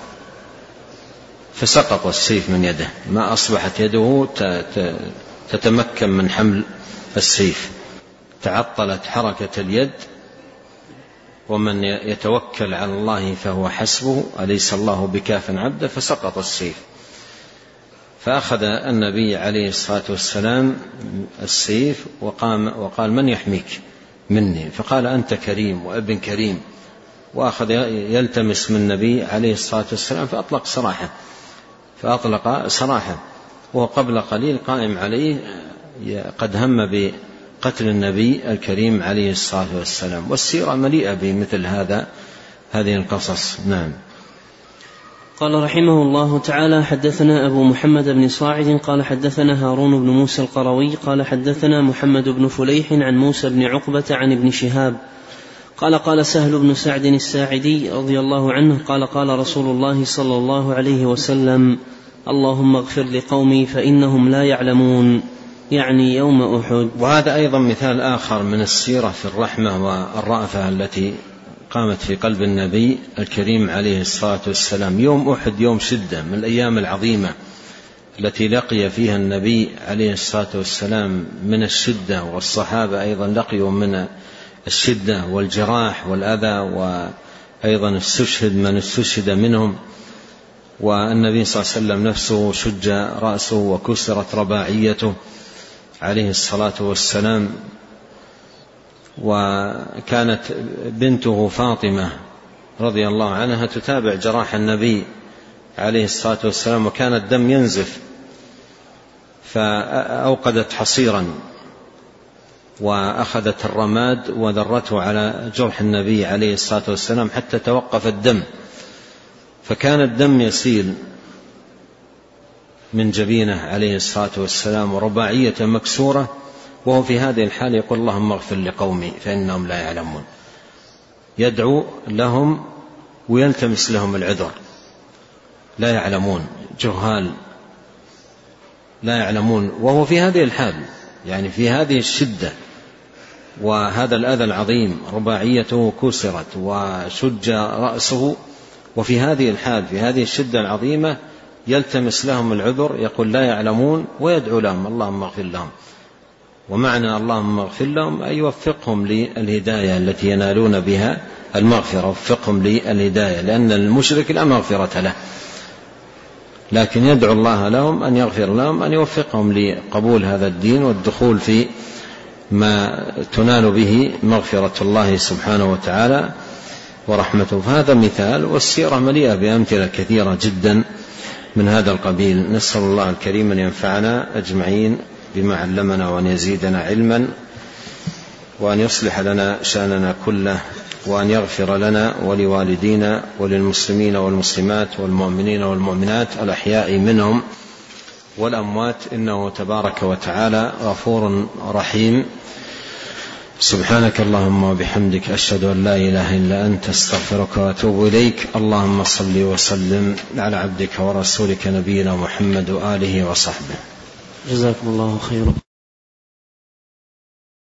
فسقط السيف من يده، ما أصبحت يده تتمكن من حمل السيف، تعطلت حركة اليد، ومن يتوكل على الله فهو حسبه، أليس الله بكاف عبده، فسقط السيف. فأخذ النبي عليه الصلاة والسلام السيف وقام وقال: من يحميك مني؟ فقال: أنت كريم وابن كريم، وأخذ يلتمس من النبي عليه الصلاة والسلام، فأطلق سراحه فأطلق سراحه وهو قبل قليل قائم عليه قد هم بقتل النبي الكريم عليه الصلاة والسلام. والسيرة مليئة بمثل هذا هذه القصص. نعم. قال رحمه الله تعالى: حدثنا أبو محمد بن صاعد قال حدثنا هارون بن موسى القروي قال حدثنا محمد بن فليح عن موسى بن عقبة عن ابن شهاب قال قال سهل بن سعد الساعدي رضي الله عنه قال قال رسول الله صلى الله عليه وسلم: اللهم اغفر لقومي فإنهم لا يعلمون، يعني يوم أحد. وهذا أيضا مثال آخر من السيرة في الرحمة والرأفة التي قامت في قلب النبي الكريم عليه الصلاة والسلام. يوم أحد يوم شدة من الأيام العظيمة التي لقي فيها النبي عليه الصلاة والسلام من الشدة، والصحابة أيضا لقيوا من الشدة والجراح والأذى، وأيضا استشهد من استشهد منهم، والنبي صلى الله عليه وسلم نفسه شج رأسه وكسرت رباعيته عليه الصلاة والسلام. وكانت بنته فاطمة رضي الله عنها تتابع جراح النبي عليه الصلاة والسلام، وكان الدم ينزف، فأوقدت حصيرا وأخذت الرماد وذرته على جرح النبي عليه الصلاة والسلام حتى توقف الدم، فكان الدم يسيل من جبينه عليه الصلاة والسلام ورباعية مكسورة، وهو في هذه الحال يقول: اللهم اغفر لقومي فإنهم لا يعلمون، يدعو لهم ويلتمس لهم العذر، لا يعلمون، جهال لا يعلمون، وهو في هذه الحال، يعني في هذه الشدة وهذا الأذى العظيم، رباعيته كسرت وشج رأسه، وفي هذه الحال في هذه الشدة العظيمة يلتمس لهم العذر، يقول لا يعلمون، ويدعو لهم: اللهم اغفر لهم. ومعنى اللهم اغفر لهم أي يوفقهم للهداية التي ينالون بها المغفرة، وفقهم للهداية، لأن المشرك لا مغفرة له، لكن يدعو الله لهم أن يغفر لهم، أن يوفقهم لقبول هذا الدين والدخول في ما تنال به مغفرة الله سبحانه وتعالى ورحمته. فهذا مثال، والسيرة مليئة بأمثلة كثيرة جدا من هذا القبيل. نسأل الله الكريم أن ينفعنا أجمعين بما علمنا، وأن يزيدنا علما، وأن يصلح لنا شأننا كله، وأن يغفر لنا ولوالدينا وللمسلمين والمسلمات والمؤمنين والمؤمنات الأحياء منهم والأموات، إنه تبارك وتعالى غفور رحيم. سبحانك اللهم وبحمدك، أشهد أن لا إله إلا أنت، استغفرك وأتوب إليك. اللهم صل وسلم على عبدك ورسولك نبينا محمد وآله وصحبه. جزاكم الله خيرا.